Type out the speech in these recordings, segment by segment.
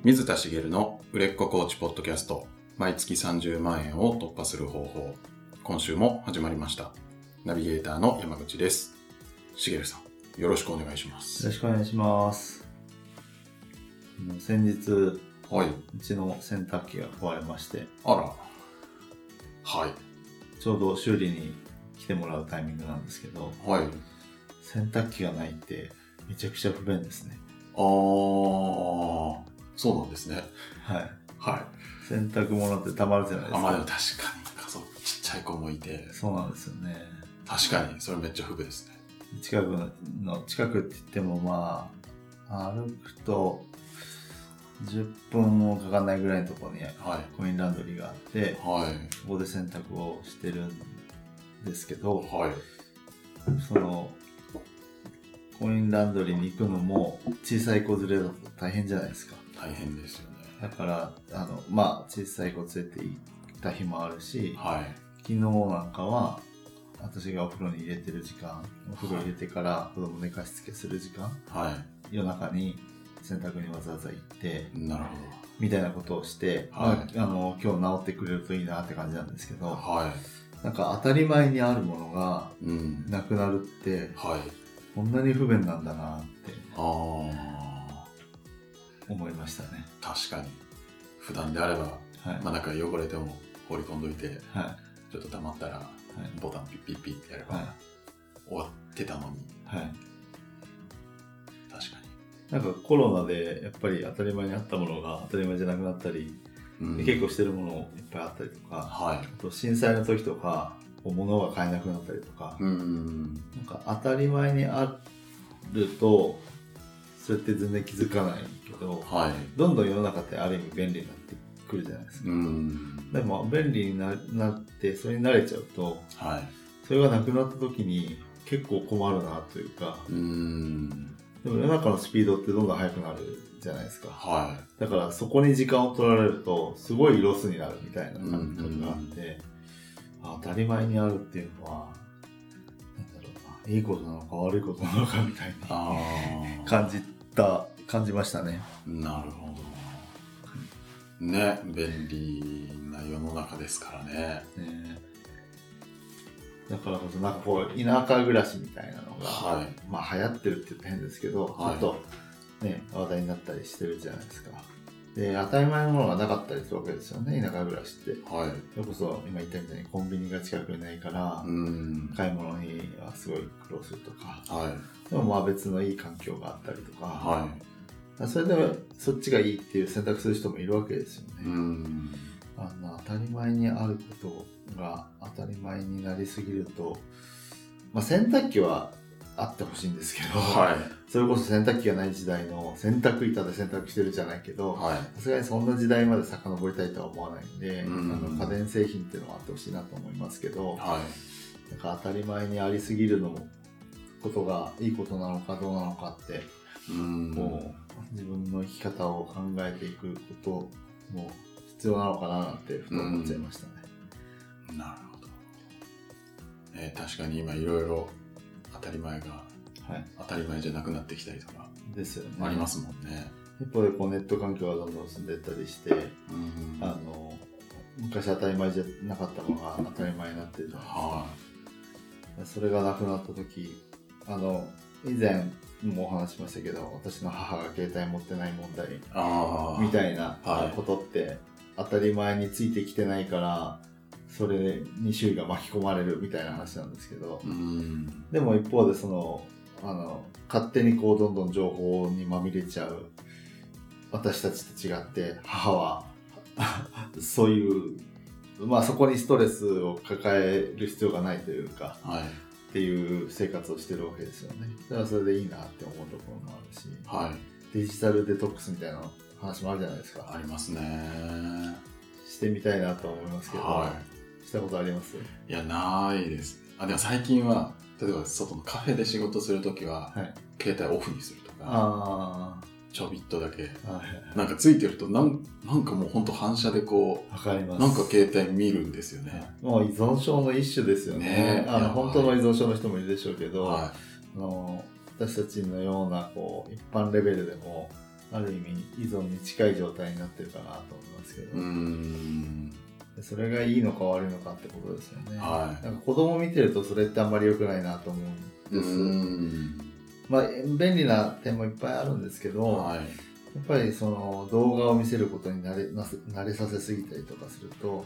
水田茂の売れっ子コーチポッドキャスト、毎月30万円を突破する方法。今週も始まりました。ナビゲーターの山口です。茂さん、よろしくお願いします。 よろしくお願いします。先日、うちの洗濯機が壊れまして、 あら、はい。 ちょうど修理に来てもらうタイミングなんですけど、 はい。 洗濯機がないってめちゃくちゃ不便ですね。 そうなんですね。 はい。 はい。 洗濯物ってたまるじゃないですか。 まあでも確かに、ちっちゃい子もいて。 そうなんですよね。 確かに、それめっちゃ不便ですね。 近くって言っても歩くと10分もかかんないぐらいのところにコインランドリーがあって、 はい。 そこで洗濯をしてるんですけど、 はい。 そのコインランドリーに行くのも小さい子連れだと大変じゃないですか。 大変ですよね。 だから小さい子連れて行った日もあるし、 はい。 昨日なんかは私がお風呂に入れてる時間、お風呂入れてから子供寝かしつけする時間、 はい。 夜中に洗濯にわざわざ行ってなるほど。 みたいなことをして、 はい。 今日治ってくれるといいなって感じなんですけど、 はい。 なんか当たり前にあるものがなくなるって、 はい。 こんなに不便なんだなって思いましたね。 確かに。普段であれば、なんか汚れても放り込んどいて、ちょっと溜まったら、ボタンピッピッピッってやれば、終わってたのに。確かに。 なんかコロナでやっぱり当たり前にあったものが当たり前じゃなくなったり、結構してるものいっぱいあったりとか、あと震災の時とか物が買えなくなったりとか、なんか当たり前にあるとそうやって全然気づかないけど、どんどん世の中ってある意味便利になってくるじゃないですか。でも便利になってそれに慣れちゃうと、それがなくなった時に結構困るなというか、でも世の中のスピードってどんどん速くなるじゃないですか。だからそこに時間を取られるとすごいロスになるみたいな感覚があって、当たり前にあるっていうのはいいことなのか悪いことなのかみたいに感じましたね。 なるほどね。便利な世の中ですからね。 だからこそなんかこう田舎暮らしみたいなのが、流行ってるって言って変ですけど、ちょっとね話題になったりしてるじゃないですか。で、当たり前のものがなかったりするわけですよね、田舎暮らしって。それこそ今言ったみたいにコンビニが近くにないから買い物にはすごい苦労するとか、でも別のいい環境があったりとか、それでそっちがいいっていう選択する人もいるわけですよね。当たり前にあることが当たり前になりすぎると、洗濯機はあってほしいんですけど、それこそ洗濯機がない時代の洗濯板で洗濯してるじゃないけど、さすがにそんな時代まで遡りたいとは思わないんで、家電製品っていうのはあってほしいなと思いますけど、なんか当たり前にありすぎることがいいことなのかどうなのかって、こう自分の生き方を考えていくことも必要なのかななんてふと思っちゃいましたね。 なるほど。確かに今いろいろ当たり前が当たり前じゃなくなってきたりとかですよね。 ありますもんね。 一方でこうネット環境がどんどん進んでいったりして、昔当たり前じゃなかったものが当たり前になってるじゃないですか。それがなくなった時、以前もお話しましたけど、私の母が携帯持ってない問題みたいなことって当たり前についてきてないからそれに周囲が巻き込まれるみたいな話なんですけど、でも一方で勝手にこうどんどん情報にまみれちゃう私たちと違って母はそういうそこにストレスを抱える必要がないというか、っていう生活をしてるわけですよね。だからそれでいいなって思うところもあるし、デジタルデトックスみたいな話もあるじゃないですか。 ありますね。 してみたいなと思いますけど、したことあります？ いや、ないです。でも最近は例えば外のカフェで仕事するときは、携帯オフにするとか、ちょびっとだけ、なんかついてるとなんかもう本当反射でこう、 わかります。 なんか携帯見るんですよね。 もう依存症の一種ですよね。本当の依存症の人もいるでしょうけど、私たちのようなこう一般レベルでもある意味依存に近い状態になってるかなと思いますけど、それがいいのか悪いのかってことですよね。なんか子供見てるとそれってあんまり良くないなと思うんです。まあ便利な点もいっぱいあるんですけど、やっぱりその動画を見せることに慣れさせすぎたりとかすると、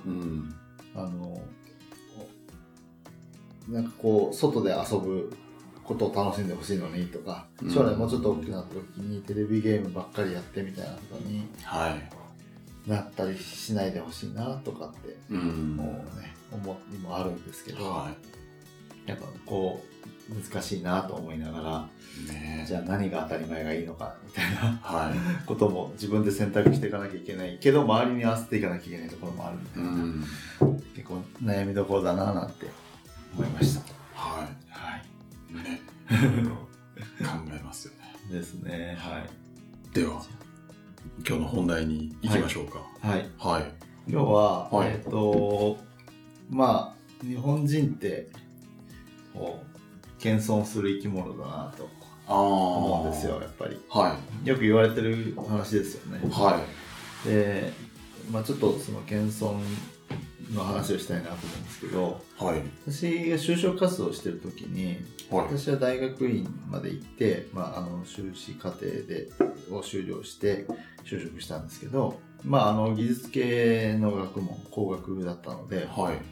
なんかこう外で遊ぶことを楽しんでほしいのにとか、将来もうちょっと大きくなった時にテレビゲームばっかりやってみたいなことになったりしないでほしいなとかって、もうね思いもあるんですけど、やっぱこう難しいなと思いながら、じゃあ何が当たり前がいいのかみたいな、ことも自分で選択していかなきゃいけないけど、周りに合わせていかなきゃいけないところもあるみたいな、結構悩みどころだななんて思いました。 ね、考えますよね。 ですね。 では今日の本題に行きましょうか。 今日は、まあ日本人ってこう謙遜する生き物だなと思うんですよ、やっぱり。よく言われてる話ですよね。で、まあちょっとその謙遜の話をしたいなと思うんですけど、私が就職活動をしてる時に、私は大学院まで行って、修士課程を修了して就職したんですけど、技術系の学問、工学だったので、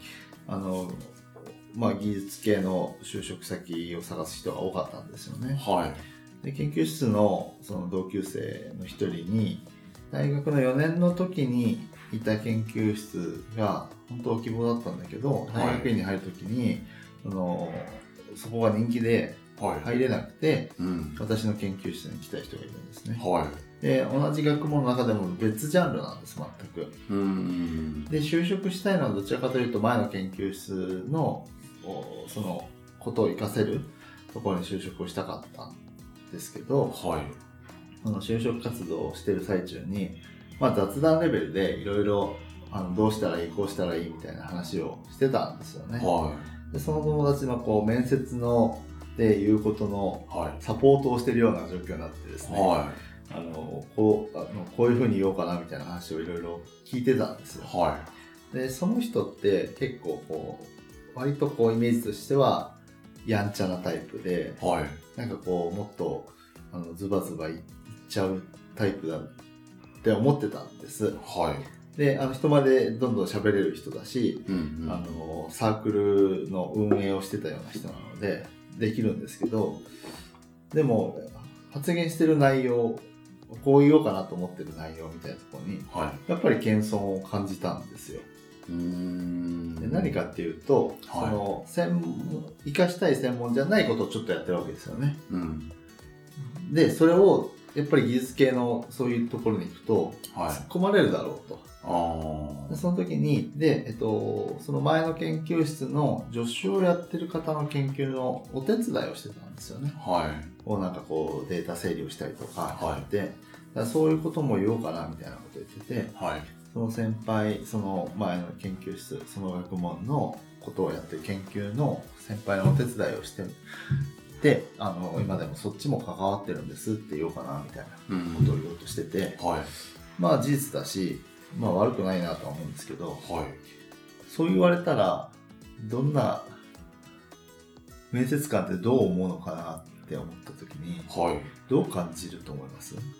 技術系の就職先を探す人が多かったんですよね。で、研究室のその同級生の一人に、大学の4年の時にいた研究室が本当は希望だったんだけど、大学院に入る時にそこが人気で入れなくて、私の研究室に来た人がいるんですね。で、同じ学問の中でも別ジャンルなんです、全く。で、就職したいのはどちらかというと前の研究室のそのことを活かせるところに就職をしたかったんですけど、就職活動をしている最中に、雑談レベルでいろいろどうしたらいいこうしたらいいみたいな話をしてたんですよね。で、その友達の面接で言うことのサポートをしているような状況になってですね、こういうふうに言おうかなみたいな話をいろいろ聞いてたんですよ。で、その人って結構割とイメージとしてはやんちゃなタイプで、なんかもっとズバズバいっちゃうタイプだって思ってたんです。で、人前でどんどん喋れる人だし、サークルの運営をしてたような人なのでできるんですけど、でも発言してる内容、こう言おうかなと思ってる内容みたいなところに、やっぱり謙遜を感じたんですよ。で、何かっていうと、その生かしたい専門じゃないことをちょっとやってるわけですよね。で、それをやっぱり技術系のそういうところに行くと突っ込まれるだろうと。で、その時にその前の研究室の助手をやってる方の研究のお手伝いをしてたんですよね。なんかデータ整理をしたりとかで、そういうことも言おうかなみたいなことを言ってて、その先輩、その前の研究室、その学問のことをやってる研究の先輩のお手伝いをしてで、今でもそっちも関わってるんですって言おうかなみたいなことを言おうとしてて、事実だし、悪くないなとは思うんですけど、そう言われたらどんな面接官ってどう思うのかなって思った時に、どう感じると思います？ どう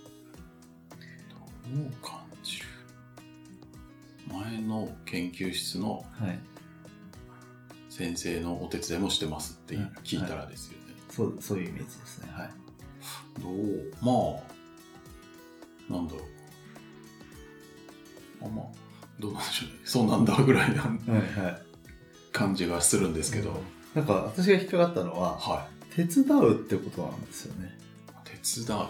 感じる？前の研究室の先生のお手伝いもしてますって聞いたらですよね。 そういうイメージですね。 なんだろう。どうなんでしょうね。そうなんだぐらいな感じがするんですけど。 なんか私が引っかかったのは、手伝うってことなんですよね。 手伝う。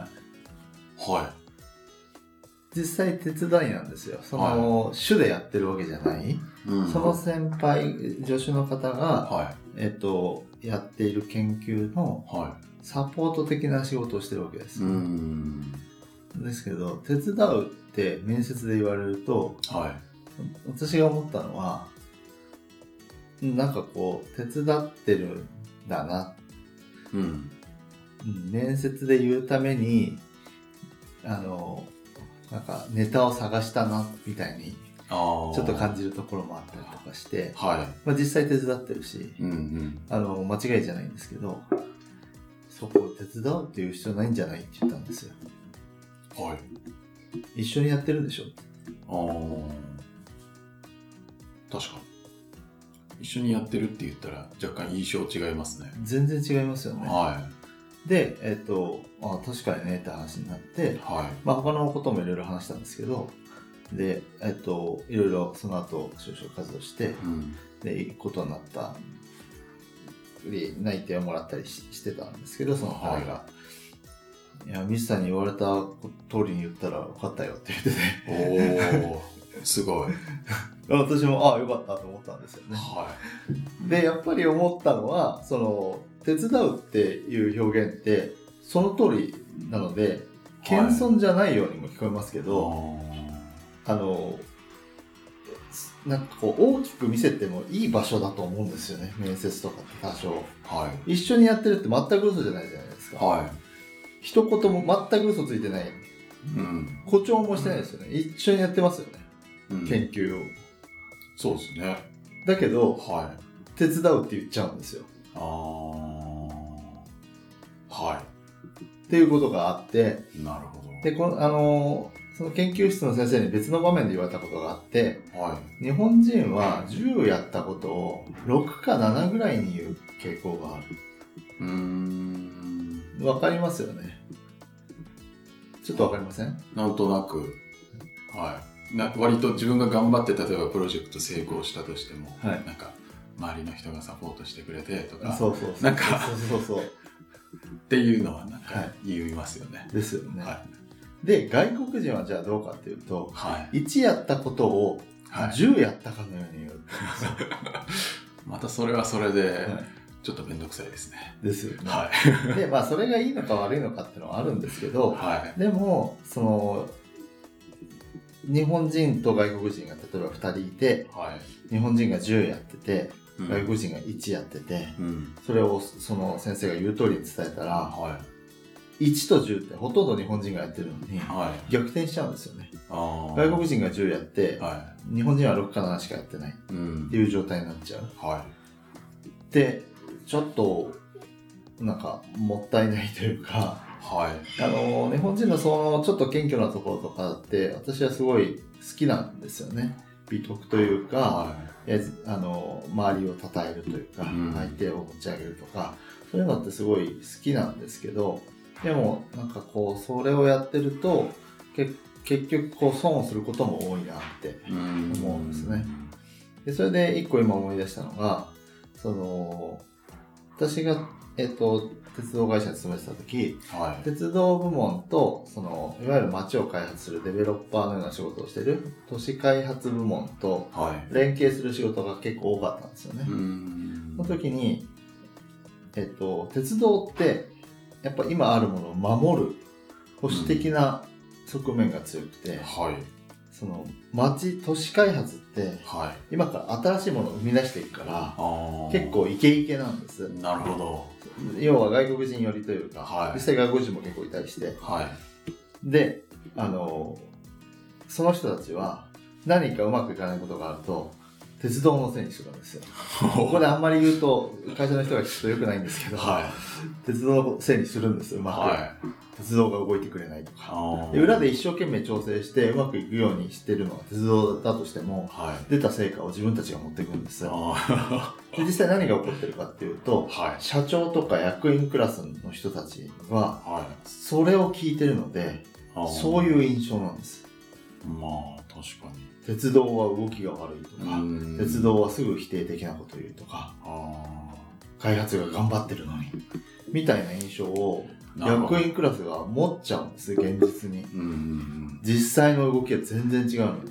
実際手伝いなんですよ。主でやってるわけじゃない。その先輩、助手の方が、やっている研究のサポート的な仕事をしてるわけです。ですけど、手伝うって面接で言われると、私が思ったのは、なんか手伝ってるんだな。面接で言うために、 なんかネタを探したなみたいにちょっと感じるところもあったりとかして、実際手伝ってるし、間違いじゃないんですけど、そこを手伝うっていう必要ないんじゃないって言ったんですよ。一緒にやってるでしょ。 確かに一緒にやってるって言ったら若干印象違いますね。 全然違いますよね。で、確かにねって話になって、他のこともいろいろ話したんですけど、で、いろいろその後就職活動して、で行くことになったり内定をもらったりしてたんですけど、その彼が、いやミスさんに言われた通りに言ったら分かったよって言ってて、 すごい。 私もよかったと思ったんですよね。でやっぱり思ったのは、その手伝うっていう表現ってその通りなので、謙遜じゃないようにも聞こえますけど、なんかこう大きく見せてもいい場所だと思うんですよね。面接とかって多少、一緒にやってるって全く嘘じゃないじゃないですか。一言も全く嘘ついてない、誇張もしてないですよね。一緒にやってますよね、研究を。 そうですね。 だけど、手伝うって言っちゃうんですよ。っていうことがあって、 なるほど。 でその研究室の先生に別の場面で言われたことがあって、日本人は10やったことを6か7ぐらいに言う傾向がある。わかりますよね。ちょっとわかりません？ なんとなく、割と自分が頑張って例えばプロジェクト成功したとしても、なんか周りの人がサポートしてくれてとか、なんかっていうのはなんか言いますよね。 ですよね。で外国人はじゃあどうかっていうと、1やったことを10やったかのように言う。 またそれはそれでちょっと面倒くさいですね。 ですよね。でそれがいいのか悪いのかっていうのはあるんですけど、でもその日本人と外国人が例えば2人いて、日本人が10やってて、外国人が1やってて、それをその先生が言う通りに伝えたら、1と10ってほとんど日本人がやってるのに、逆転しちゃうんですよね。外国人が10やって、日本人は6か7しかやってないっていう状態になっちゃう。でちょっとなんかもったいないというか、日本人のそのちょっと謙虚なところとかって私はすごい好きなんですよね。美徳というか、周りを称えるというか、相手を持ち上げるとか、そういうのってすごい好きなんですけど、でもなんかこうそれをやってると結局こう損をすることも多いなって思うんですね。でそれで一個今思い出したのが、その私が鉄道会社に勤めてた時、鉄道部門とそのいわゆる街を開発するデベロッパーのような仕事をしている都市開発部門と連携する仕事が結構多かったんですよね。その時に、鉄道ってやっぱ今あるものを守る保守的な側面が強くて、その都市開発って、今から新しいものを生み出していくから結構イケイケなんです。 なるほど。 要は外国人寄りというか、実際外国人も結構いたりして、でその人たちは何かうまくいかないことがあると鉄道のせいにするんですよ。ここであんまり言うと会社の人が聞くと良くないんですけど、鉄道のせいにするんですよ。うまく、鉄道が動いてくれないとか、で裏で一生懸命調整してうまくいくようにしてるのは鉄道だとしても、出た成果を自分たちが持っていくんですよ。で実際何が起こってるかっていうと、社長とか役員クラスの人たちは、それを聞いてるので、そういう印象なんです。 確かに鉄道は動きが悪いとか、鉄道はすぐ否定的なことを言うとか、開発が頑張ってるのにみたいな印象を役員クラスが持っちゃうんです、現実に。実際の動きは全然違うのに、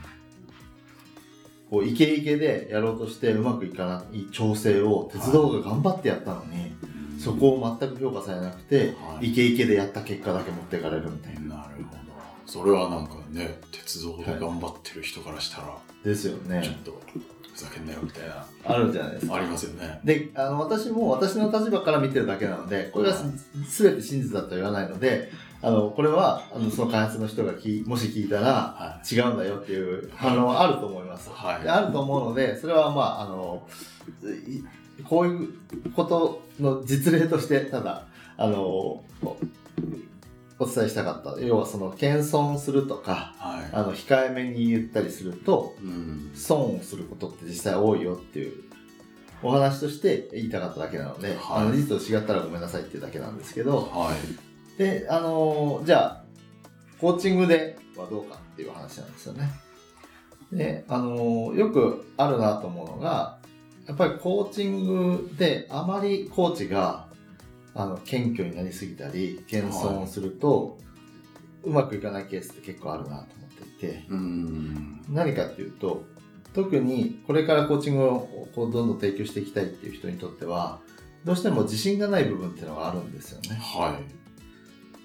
こうイケイケでやろうとしてうまくいかない調整を鉄道が頑張ってやったのに、そこを全く評価されなくて、イケイケでやった結果だけ持っていかれるみたいな。 なるほど。それはなんかね、鉄道で頑張ってる人からしたら、 ですよね。 ちょっとふざけんなよみたいな。 あるじゃないですか。 ありますよね。 で、私も私の立場から見てるだけなので、これが全て真実だとは言わないので、 これはその開発の人がもし聞いたら違うんだよっていう反論はあると思います、はい、であると思うので、それはこういうことの実例としてただお伝えしたかった。要はその謙遜するとか、はい、控えめに言ったりすると、損をすることって実際多いよっていうお話として言いたかっただけなので、はい、事実と違ったらごめんなさいっていうだけなんですけど、はい、で、じゃあ、コーチングではどうかっていう話なんですよね。で、よくあるなと思うのが、やっぱりコーチングであまりコーチが謙虚になりすぎたり謙遜をすると、うまくいかないケースって結構あるなと思っていて、何かっていうと、特にこれからコーチングをどんどん提供していきたいっていう人にとってはどうしても自信がない部分っていうのがあるんですよね。はい。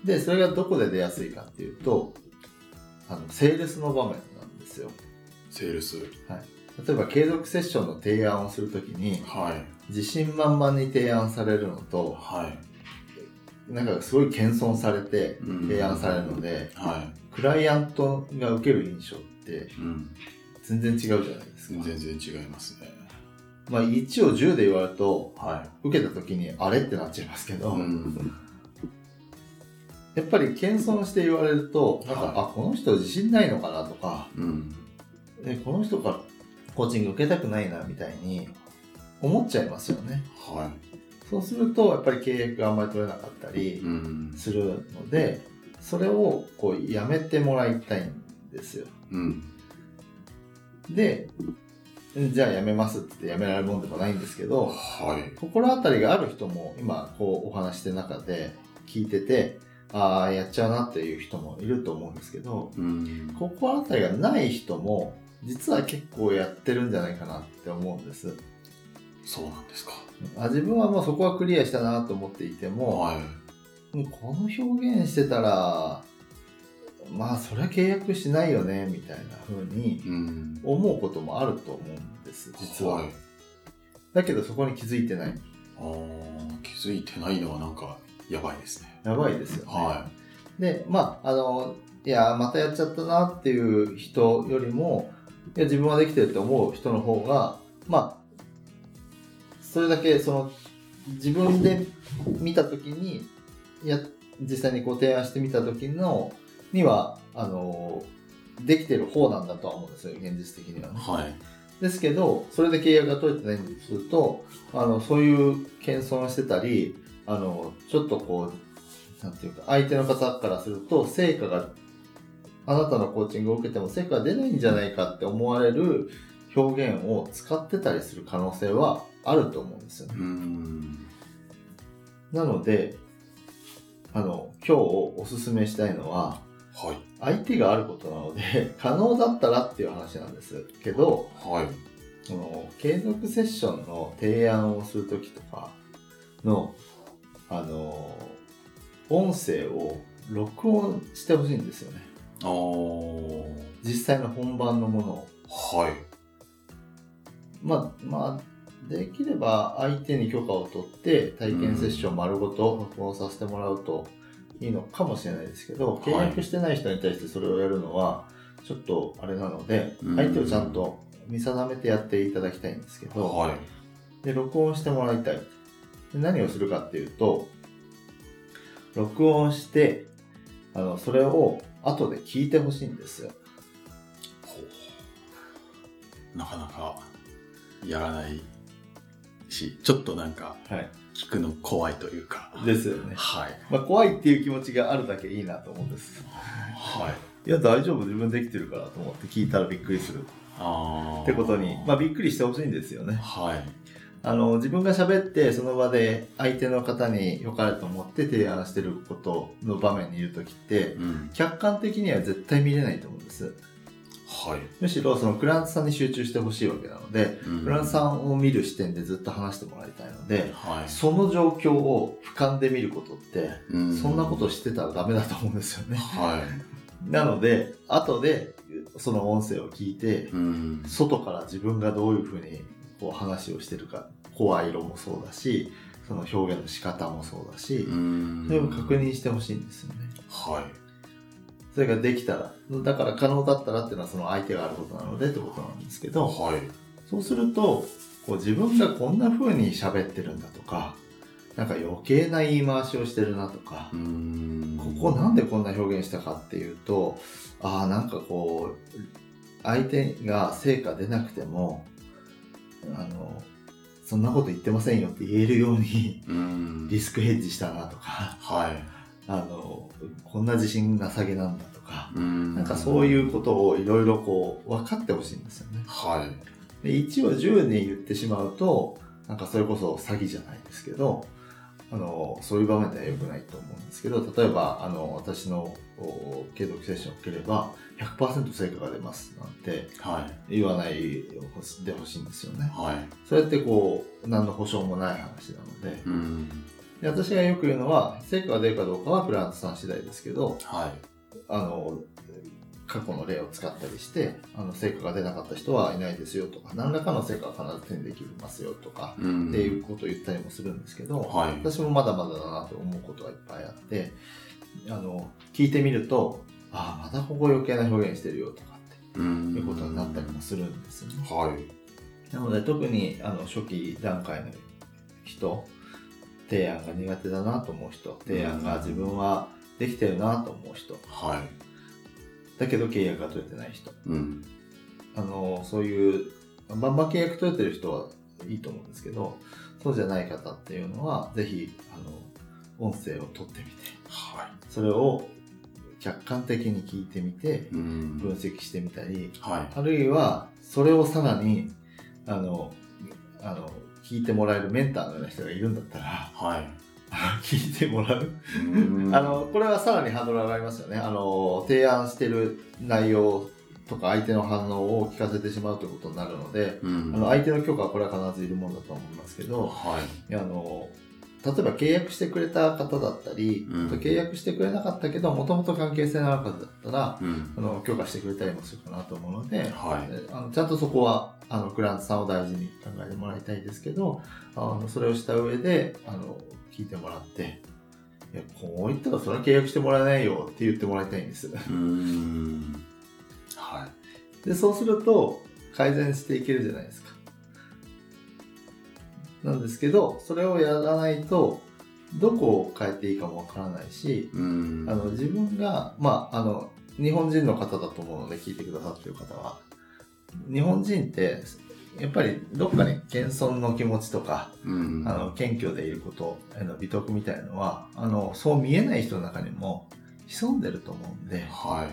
で、それがどこで出やすいかっていうと、セールスの場面なんですよ。 セールス。 はい。例えば継続セッションの提案をするときに、はい、自信満々に提案されるのと、はい、なんかすごい謙遜されて提案されるので、はい、クライアントが受ける印象って、全然違うじゃないですか。 全然違いますね。 まあ1を10で言われると、はい、受けたときにあれってなっちゃいますけど、やっぱり謙遜して言われると、なんか、はい、この人自信ないのかなとか、この人からコーチング受けたくないなみたいに思っちゃいますよね。はい。そうするとやっぱり契約があんまり取れなかったりするので、それをこうやめてもらいたいんですよ。で、じゃあやめますって言ってやめられるもんでもないんですけど、はい、心当たりがある人も今こうお話してる中で聞いてて、やっちゃうなっていう人もいると思うんですけど、心当たりがない人も実は結構やってるんじゃないかなって思うんです。 そうなんですか。 自分はもうそこはクリアしたなと思っていても、はい、もうこの表現してたらまあそれは契約しないよねみたいな風に思うこともあると思うんです実は、はい、だけどそこに気づいてない。 気づいてないのはなんかやばいですね。 やばいですよね。はい、でまたやっちゃったなっていう人よりも、いや自分はできてるって思う人の方がそれだけその自分で見た時に実際にこう提案してみた時にはできてる方なんだとは思うんですよ現実的にはね。はい。ですけどそれで契約が取れてないんでするとそういう謙遜してたりちょっとこうなんていうか相手の方からすると成果があなたのコーチングを受けても成果が出ないんじゃないかって思われる表現を使ってたりする可能性はあると思うんですよね。なので今日おすすめしたいのは、はい、相手があることなので可能だったらっていう話なんですけど、はい、継続セッションの提案をするときとかの音声を録音してほしいんですよね。実際の本番のものを。はい。できれば相手に許可を取って体験セッション丸ごと録音させてもらうといいのかもしれないですけど、契約してない人に対してそれをやるのはちょっとあれなので、相手をちゃんと見定めてやっていただきたいんですけど、はい、で録音してもらいたい。で何をするかっていうと、録音してそれを後で聞いてほしいんですよ。 なかなかやらないし、ちょっとなんか聞くの怖いというか、 ですよね。はい。怖いっていう気持ちがあるだけいいなと思うんです。はい。いや大丈夫、自分できてるからと思って聞いたらびっくりするってことにびっくりしてほしいんですよね。はい。自分が喋ってその場で相手の方に良かれと思って提案してることの場面にいるときって、客観的には絶対見れないと思うんです。はい、むしろそのクライアントさんに集中してほしいわけなので、クライアントさんを見る視点でずっと話してもらいたいので、はい、その状況を俯瞰で見ることって、そんなことしてたらダメだと思うんですよね。はい、なので後でその音声を聞いて、外から自分がどういうふうにこう話をしてるか、声色もそうだし、その表現の仕方もそうだし、それを確認してほしいんですよね。 はい。 それができたら、だから可能だったらっていうのはその相手があることなのでってことなんですけど、 はい。 そうすると、こう自分がこんな風に喋ってるんだとか、なんか余計な言い回しをしてるなとか、ここなんでこんな表現したかっていうと、なんかこう、相手が成果出なくても、そんなこと言ってませんよって言えるように、リスクヘッジしたなとか、 はい。 こんな自信なさげなんだとか、なんかそういうことをいろいろこう分かってほしいんですよね。 はい。 で、1を10で言ってしまうと、なんかそれこそ詐欺じゃないですけど、そういう場面では良くないと思うんですけど、例えば、私の継続セッションを受ければ、100% 成果が出ますなんて言わないでほしいんですよね。 はい。 そうやってこう、何の保証もない話なので、で私がよく言うのは、成果が出るかどうかはクライアントさん次第ですけど、 はい。 過去の例を使ったりして、成果が出なかった人はいないですよとか、何らかの成果は必ず手にできますよとか、っていうことを言ったりもするんですけど、はい、私もまだまだだなと思うことはいっぱいあって、聞いてみると、またここ余計な表現してるよとかっていうことになったりもするんですよね。 はい。 なので特に初期段階の人、提案が苦手だなと思う人、提案が自分はできてるなと思う人、 はい。 だけど契約が取れてない人、そういうバンバン契約取れてる人はいいと思うんですけど、そうじゃない方っていうのはぜひ音声を取ってみて、はい、それを客観的に聞いてみて分析してみたり、あるいはそれをさらに聞いてもらえるメンターのような人がいるんだったら、はい、聞いてもらうこれはさらにハードル上がりますよね。提案してる内容とか相手の反応を聞かせてしまうということになるので、相手の許可はこれは必ずいるものだと思いますけど、はい、例えば契約してくれた方だったり、契約してくれなかったけどもともと関係性のある方だったら、許可してくれたりもするかなと思うので、はい、ちゃんとそこはクライアントさんを大事に考えてもらいたいですけど、それをした上で聞いてもらって、いやこう言ったらそれは契約してもらえないよって言ってもらいたいんです。はい。でそうすると改善していけるじゃないですか。なんですけど、それをやらないとどこを変えていいかもわからないし、自分が日本人の方だと思うので聞いてくださっている方は、日本人ってやっぱりどっかに謙遜の気持ちとか、謙虚でいることへの美徳みたいなのはそう見えない人の中にも潜んでると思うんで、はい、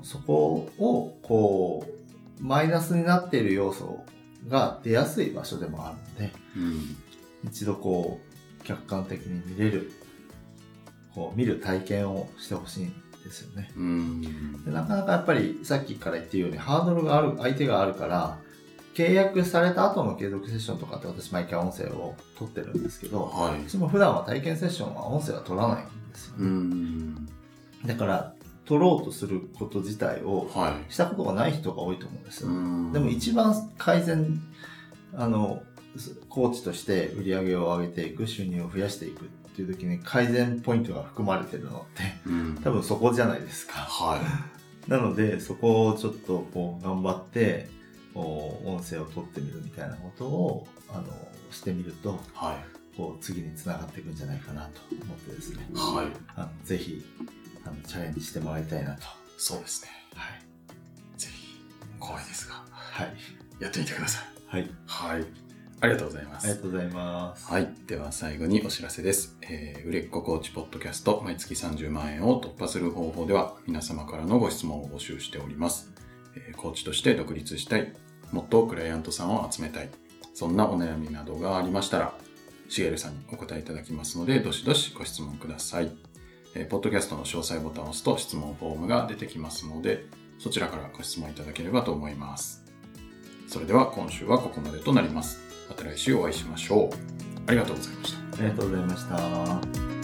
そこをこうマイナスになっている要素が出やすい場所でもあるので、一度こう客観的に見れる、こう見る体験をしてほしいんですよね。でなかなかやっぱりさっきから言ってるようにハードルがある、相手があるから、契約された後の継続セッションとかって私毎回音声を取ってるんですけど、はい、私も普段は体験セッションは音声は取らないんですよね。だから取ろうとすること自体をしたことがない人が多いと思うんですよ。でも一番改善コーチとして売り上げを上げていく、収入を増やしていくっていう時に改善ポイントが含まれてるのって、多分そこじゃないですか。はい、なのでそこをちょっとこう頑張って音声を取ってみるみたいなことをしてみると、はい、こう次につながっていくんじゃないかなと思ってですね、はい、ぜひチャレンジしてもらいたいなと。 そうですね。はい。ぜひ怖いですが、 はい、 やってみてください。 はい。 はい。ありがとうございます。 ありがとうございます。 はい。では最後にお知らせです。売れっ子コーチポッドキャスト毎月30万円を突破する方法では皆様からのご質問を募集しております。コーチとして独立したい、もっとクライアントさんを集めたい、そんなお悩みなどがありましたら、しげるさんにお答えいただきますので、どしどしご質問ください。ポッドキャストの詳細ボタンを押すと質問フォームが出てきますので、そちらからご質問いただければと思います。それでは今週はここまでとなります。また来週お会いしましょう。ありがとうございました。 ありがとうございました。